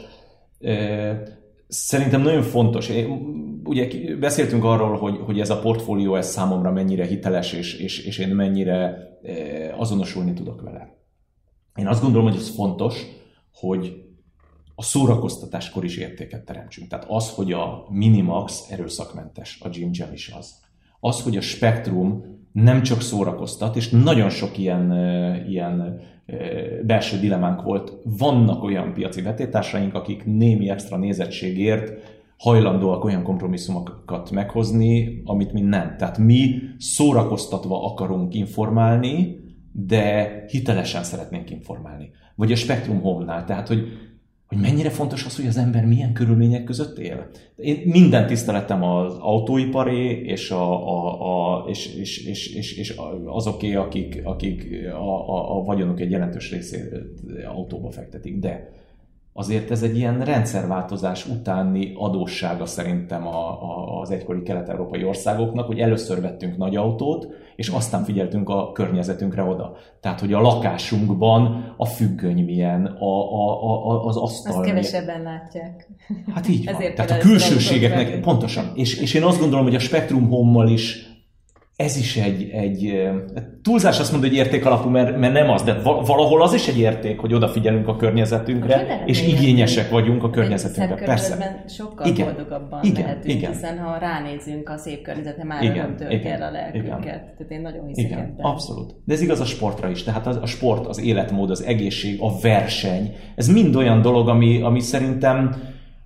Szerintem nagyon fontos. Ugye beszéltünk arról, hogy, hogy ez a portfólió ez számomra mennyire hiteles, és, és, és én mennyire azonosulni tudok vele. Én azt gondolom, hogy ez fontos, hogy a szórakoztatáskor is értéket teremtsünk. Tehát az, hogy a Minimax erőszakmentes, a Jim Jam is az. Az, hogy a Spektrum nem csak szórakoztat, és nagyon sok ilyen, ilyen belső dilemmánk volt. Vannak olyan piaci vetétársaink, akik némi extra nézettségért hajlandóak olyan kompromisszumokat meghozni, amit mi nem. Tehát mi szórakoztatva akarunk informálni, de hitelesen szeretnénk informálni. Vagy a Spektrum Home-nál, tehát, hogy, hogy mennyire fontos az, hogy az ember milyen körülmények között él. Én minden tiszteletem az autóiparé, és, a, a, a, és, és, és, és, és azoké, akik, akik a, a, a vagyonuk egy jelentős részét autóba fektetik, de azért ez egy ilyen rendszerváltozás utáni adóssága szerintem a, a, az egykori kelet-európai országoknak, hogy először vettünk nagy autót, és aztán figyeltünk a környezetünkre oda. Tehát, hogy a lakásunkban a függöny milyen, a, a, a, az asztal azt milyen. kevesebben látják. Hát így van. Tehát a külsőségeknek, pontosan. És, és én azt gondolom, hogy a Spektrum Home-mal is ez is egy, egy túlzás azt mondani, hogy érték alapú, mert, mert nem az, de valahol az is egy érték, hogy odafigyelünk a környezetünkre, és igényesek vagyunk a környezetünkre. Persze. Sokkal igen. boldogabban igen. lehetünk, igen. hiszen ha ránézünk a szép környezetre, már nem tölti el a lelkünket. Tehát én nagyon hiszek igen. ebben. Abszolút. De ez igaz a sportra is. Tehát a sport, az életmód, az egészség, a verseny, ez mind olyan dolog, ami, ami szerintem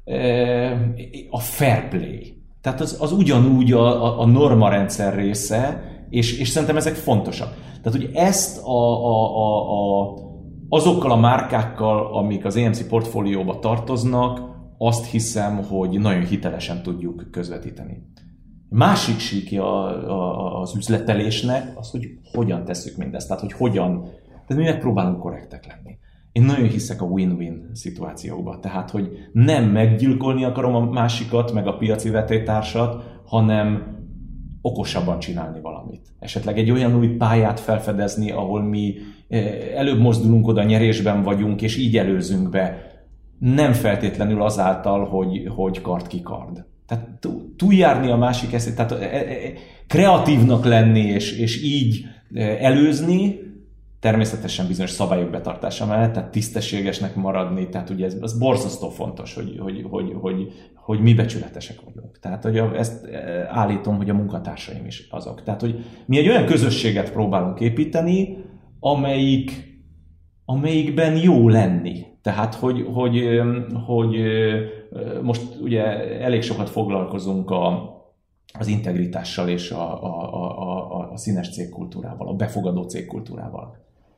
a fair play. Tehát az, az ugyanúgy a, a, a normarendszer része, és, és szerintem ezek fontosak. Tehát, hogy ezt a, a, a, a, azokkal a márkákkal, amik az á em cé portfólióba tartoznak, azt hiszem, hogy nagyon hitelesen tudjuk közvetíteni. Másik síkja a, a, az üzletelésnek az, hogy hogyan tesszük mindezt, tehát hogy hogyan, tehát mi megpróbálunk korrektek lenni. Én nagyon hiszek a win-win szituációba, tehát, hogy nem meggyilkolni akarom a másikat, meg a piaci vetélytársat, hanem okosabban csinálni valamit. Esetleg egy olyan új pályát felfedezni, ahol mi előbb mozdulunk oda, nyerésben vagyunk, és így előzünk be, nem feltétlenül azáltal, hogy, hogy kard ki kard. Tehát túljárni a másik eszét, tehát kreatívnak lenni, és, és így előzni, természetesen bizonyos szabályok betartása mellett, tehát tisztességesnek maradni, tehát ugye ez, ez borzasztó fontos, hogy, hogy, hogy, hogy, hogy mi becsületesek vagyunk. Tehát hogy ezt állítom, hogy a munkatársaim is azok. Tehát, hogy mi egy olyan közösséget próbálunk építeni, amelyik, amelyikben jó lenni. Tehát, hogy, hogy, hogy most ugye elég sokat foglalkozunk a az integritással és a, a, a, a, a színes cégkultúrával, a befogadó cégkultúrával.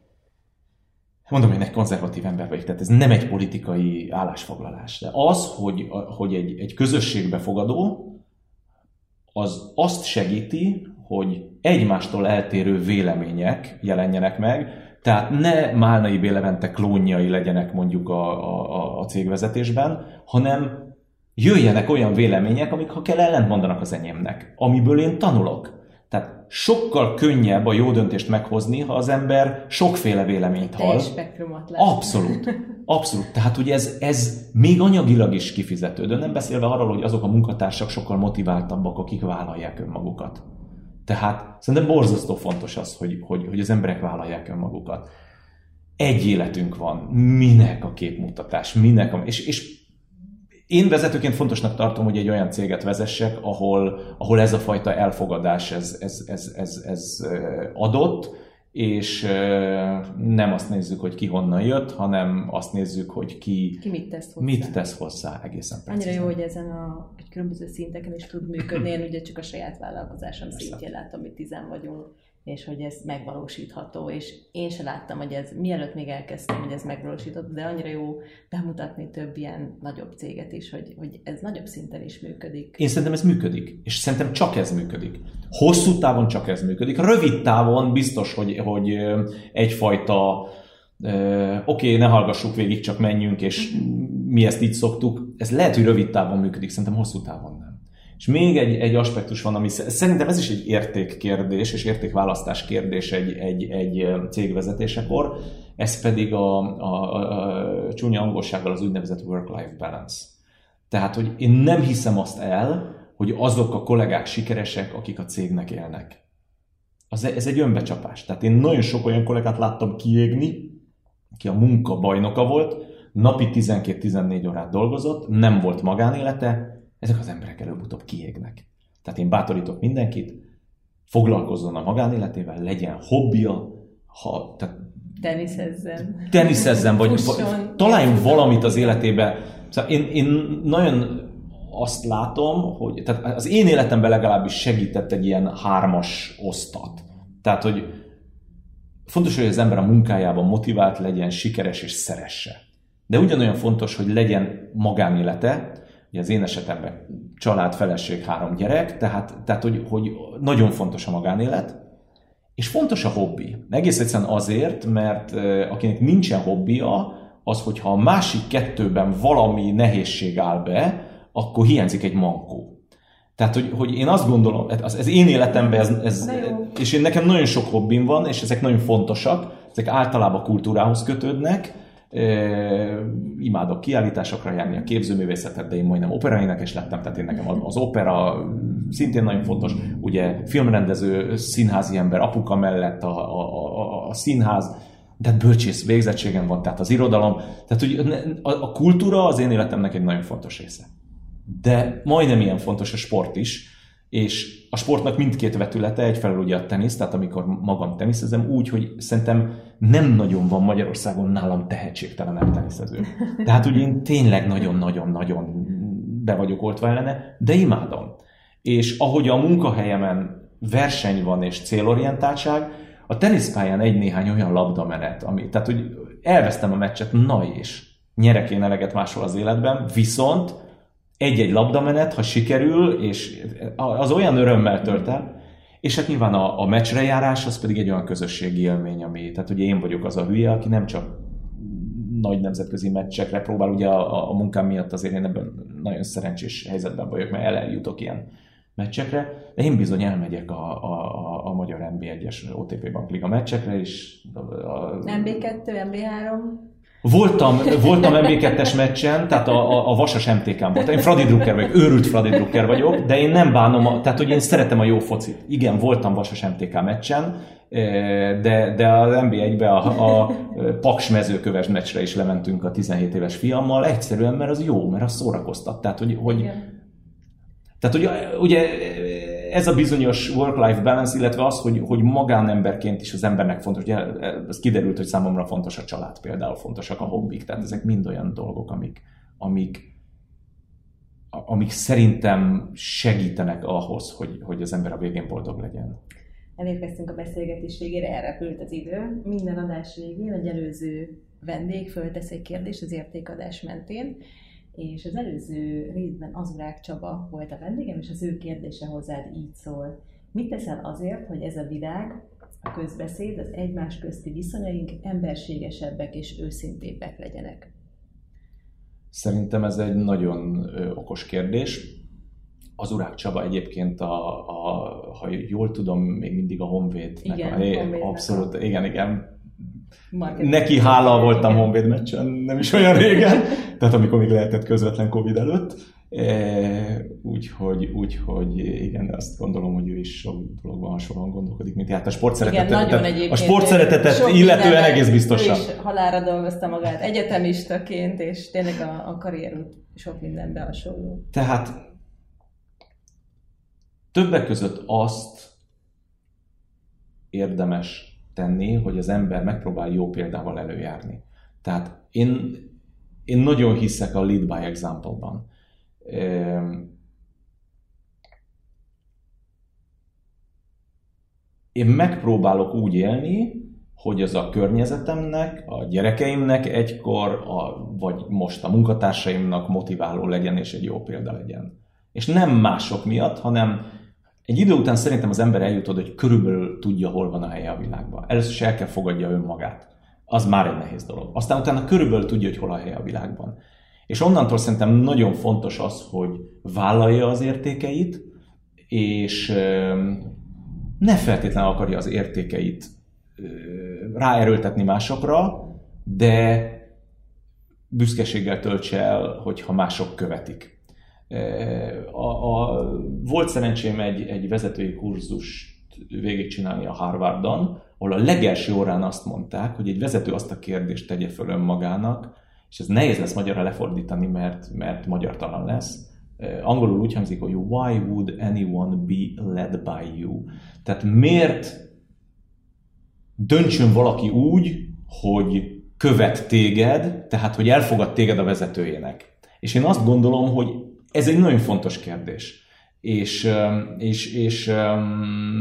Mondom, én egy konzervatív ember vagyok, tehát ez nem egy politikai állásfoglalás. De az, hogy, hogy egy, egy közösség befogadó, az azt segíti, hogy egymástól eltérő vélemények jelenjenek meg, tehát ne Málnai Bélevente klónjai legyenek mondjuk a, a, a cégvezetésben, hanem jöjjenek olyan vélemények, amik ha kell ellentmondanak az enyémnek, amiből én tanulok. Tehát sokkal könnyebb a jó döntést meghozni, ha az ember sokféle véleményt hall. Teljes spektrumot lesz. Abszolút. Abszolút. Tehát ugye ez, ez még anyagilag is kifizetődő. Nem beszélve arról, hogy azok a munkatársak sokkal motiváltabbak, akik vállalják önmagukat. Tehát szerintem borzasztó fontos az, hogy, hogy, hogy az emberek vállalják önmagukat. Egy életünk van. Minek a képmutatás? Minek a... És, és én vezetőként fontosnak tartom, hogy egy olyan céget vezessek, ahol, ahol ez a fajta elfogadás ez, ez, ez, ez, ez adott, és nem azt nézzük, hogy ki honnan jött, hanem azt nézzük, hogy ki, ki mit tesz hozzá. Mit tesz hozzá egészen precízen. Annyira jó, hogy ezen a hogy különböző szinteken is tud működni. Én ugye csak a saját vállalkozásom szintjén látom, hogy tizen vagyunk, és hogy ez megvalósítható, és én se láttam, hogy ez, mielőtt még elkezdtem, hogy ez megvalósítható, de annyira jó bemutatni több ilyen nagyobb céget is, hogy, hogy ez nagyobb szinten is működik. Én szerintem ez működik, és szerintem csak ez működik. Hosszú távon csak ez működik. Rövid távon biztos, hogy, hogy egyfajta oké, okay, ne hallgassuk végig, csak menjünk, és mi ezt így szoktuk. Ez lehet, hogy rövid távon működik, szerintem hosszú távon nem. És még egy, egy aspektus van, ami szerintem ez is egy értékkérdés, és értékválasztás kérdés egy, egy, egy cégvezetésekor, ez pedig a, a, a, a csúnya angolsággal az úgynevezett work-life balance. Tehát, hogy én nem hiszem azt el, hogy azok a kollégák sikeresek, akik a cégnek élnek. Az, ez egy önbecsapás. Tehát én nagyon sok olyan kollégát láttam kiégni, aki a munka bajnoka volt, napi tizenkét-tizennégy órát dolgozott, nem volt magánélete, ezek az emberek előbb-utóbb kiégnek. Tehát én bátorítok mindenkit, foglalkozzon a magánéletével, legyen hobbija, ha, tehát teniszezzen. Teniszezzen, vagy, vagy találjon valamit az életébe. Szóval én, én nagyon azt látom, hogy tehát az én életemben legalábbis segített egy ilyen hármas osztat. Tehát, hogy fontos, hogy az ember a munkájában motivált legyen, sikeres és szeresse. De ugyanolyan fontos, hogy legyen magánélete, ugye az én esetemben család, feleség, három gyerek, tehát, tehát hogy, hogy nagyon fontos a magánélet, és fontos a hobbi. Egész egyszerűen azért, mert akinek nincsen hobbija, az, hogyha a másik kettőben valami nehézség áll be, akkor hiányzik egy mankó. Tehát, hogy, hogy én azt gondolom, ez, ez én életemben, ez, ez, és én nekem nagyon sok hobbim van, és ezek nagyon fontosak, ezek általában kultúrához kötődnek, e, imádok kiállításokra járni, a képzőművészetet, de én majdnem operaénekes lettem, tehát én nekem az, az opera szintén nagyon fontos, ugye filmrendező, színházi ember, apuka mellett a, a, a, a színház, de bölcsész végzettségem van, tehát az irodalom, tehát hogy a, a kultúra az én életemnek egy nagyon fontos része. De majdnem ilyen fontos a sport is, és a sportnak mindkét vetülete, egyfelől ugye a tenisz, tehát amikor magam teniszezem, úgy, hogy szerintem nem nagyon van Magyarországon nálam tehetségtelenebb teniszező. Tehát ugye én tényleg nagyon-nagyon-nagyon be vagyok oltva ellene, de imádom. És ahogy a munkahelyemen verseny van és célorientáltság, a teniszpályán egy-néhány olyan labdamenet, ami, tehát hogy elvesztem a meccset, na és nyerek én eleget máshol az életben, viszont egy-egy labdamenet, ha sikerül, és az olyan örömmel tölt el, és hát nyilván a, a meccsre járás, az pedig egy olyan közösségi élmény, ami, tehát ugye én vagyok az a hülye, aki nem csak nagy nemzetközi meccsekre próbál, ugye a, a munkám miatt azért én ebben nagyon szerencsés helyzetben vagyok, mert eljutok ilyen meccsekre, de én bizony elmegyek a, a, a magyar en bé egyes o té pé Bank Liga meccsekre, és a, en bé kettő, en bé három... Voltam, voltam en bé kettes meccsen, tehát a, a, a Vasas em té kán voltam. Én Fradi Drucker vagyok, őrült Fradi Drucker vagyok, de én nem bánom, a, tehát hogy én szeretem a jó focit. Igen, voltam Vasas em té ká meccsen, de, de az en bé egybe a, a Paks mezőköves meccsre is lementünk a tizenhét éves fiammal, egyszerűen, mert az jó, mert az szórakoztat. Tehát, hogy, hogy, tehát, hogy ugye ez a bizonyos work-life balance, illetve az, hogy, hogy magánemberként is az embernek fontos, ugye ez kiderült, hogy számomra fontos a család, például fontosak a hobbik, tehát ezek mind olyan dolgok, amik, amik, amik szerintem segítenek ahhoz, hogy, hogy az ember a végén boldog legyen. Elérkeztünk a beszélgetés végére, elrepült az idő. Minden adás végén egy előző vendég föltesz egy kérdést az értékadás mentén, és az előző részben Azurák Csaba volt a vendégem, és az ő kérdése hozzád így szól. Mit teszel azért, hogy ez a világ, a közbeszéd, az egymás közti viszonyaink emberségesebbek és őszintébbek legyenek? Szerintem ez egy nagyon ö, okos kérdés. Azurák Csaba egyébként, a, a, ha jól tudom, még mindig a Honvédnek. Igen, a, abszolút, a... igen, igen. Marketing. Neki hála voltam Honvéd meccsen, nem is olyan régen, tehát amikor még lehetett közvetlen Covid előtt. E, úgyhogy, úgyhogy igen, azt gondolom, hogy ő is sok dologban hasonlóan gondolkodik, mint hát a sportszeretetet. A sportszeretetet illetően egész biztosan. Ő is halálra dolgozta magát egyetemistaként, és tényleg a, a karrierút sok mindenben hasonló. Tehát többek között azt érdemes tenni, hogy az ember megpróbál jó példával előjárni. Tehát én, én nagyon hiszek a lead by example-ban. Én megpróbálok úgy élni, hogy az a környezetemnek, a gyerekeimnek egykor, a, vagy most a munkatársaimnak motiváló legyen, és egy jó példa legyen. És nem mások miatt, hanem egy idő után szerintem az ember eljutod, hogy körülbelül tudja, hol van a helye a világban. Először is el kell fogadja önmagát. Az már egy nehéz dolog. Aztán utána körülbelül tudja, hogy hol a helye a világban. És onnantól szerintem nagyon fontos az, hogy vállalja az értékeit, és ne feltétlenül akarja az értékeit ráerőltetni másokra, de büszkeséggel töltse el, hogyha mások követik. A, a, volt szerencsém egy, egy vezetői kurzust végigcsinálni a Harvardon, ahol a legelső órán azt mondták, hogy egy vezető azt a kérdést tegye föl önmagának, és ez nehéz lesz magyarra lefordítani, mert, mert magyartalan lesz. Angolul úgy hangzik, hogy why would anyone be led by you? Tehát miért döntsön valaki úgy, hogy követ téged, tehát hogy elfogad téged a vezetőjének? És én azt gondolom, hogy ez egy nagyon fontos kérdés. És, és, és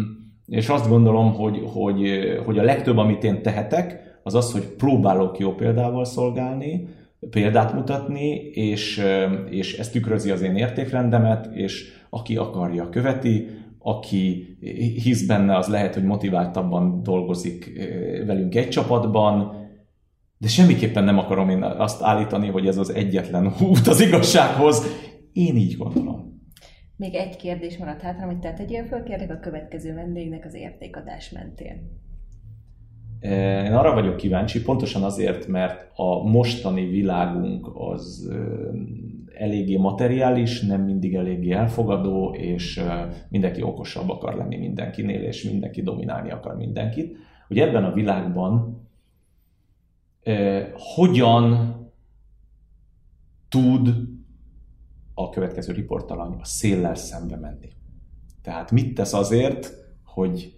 És azt gondolom, hogy, hogy, hogy a legtöbb, amit én tehetek, az az, hogy próbálok jó példával szolgálni, példát mutatni, és, és ez tükrözi az én értékrendemet, és aki akarja, követi, aki hisz benne, az lehet, hogy motiváltabban dolgozik velünk egy csapatban, de semmiképpen nem akarom én azt állítani, hogy ez az egyetlen út az igazsághoz. Én így gondolom. Még egy kérdés maradt hátra, amit te tegyél föl, kérlek a következő vendégnek az értékadás mentén. Én arra vagyok kíváncsi, pontosan azért, mert a mostani világunk az eléggé materiális, nem mindig eléggé elfogadó, és mindenki okosabb akar lenni mindenkinél, és mindenki dominálni akar mindenkit. Hogy ebben a világban eh, hogyan tud a következő riportalany a széllel szembe menni. Tehát mit tesz azért, hogy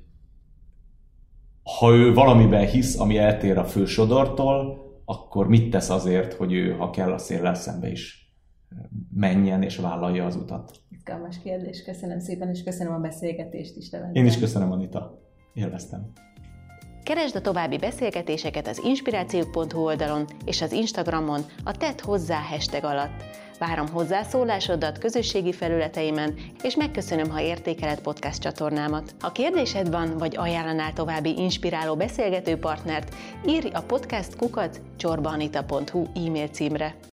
ha ő valamiben hisz, ami eltér a fősodortól, akkor mit tesz azért, hogy ő, ha kell, a széllel szembe is menjen és vállalja az utat? Izgalmas kérdés. Köszönöm szépen, és köszönöm a beszélgetést is. Levente. Én is köszönöm, Anita. Élveztem. Keresd a további beszélgetéseket az inspirációk pont hu oldalon és az Instagramon a Tedd hozzá hashtag alatt. Várom hozzászólásodat közösségi felületeimen, és megköszönöm, ha értékeled podcast csatornámat. Ha kérdésed van, vagy ajánlanál további inspiráló beszélgető partnert, írj a podcast kukac csorbaanita pont hu e-mail címre.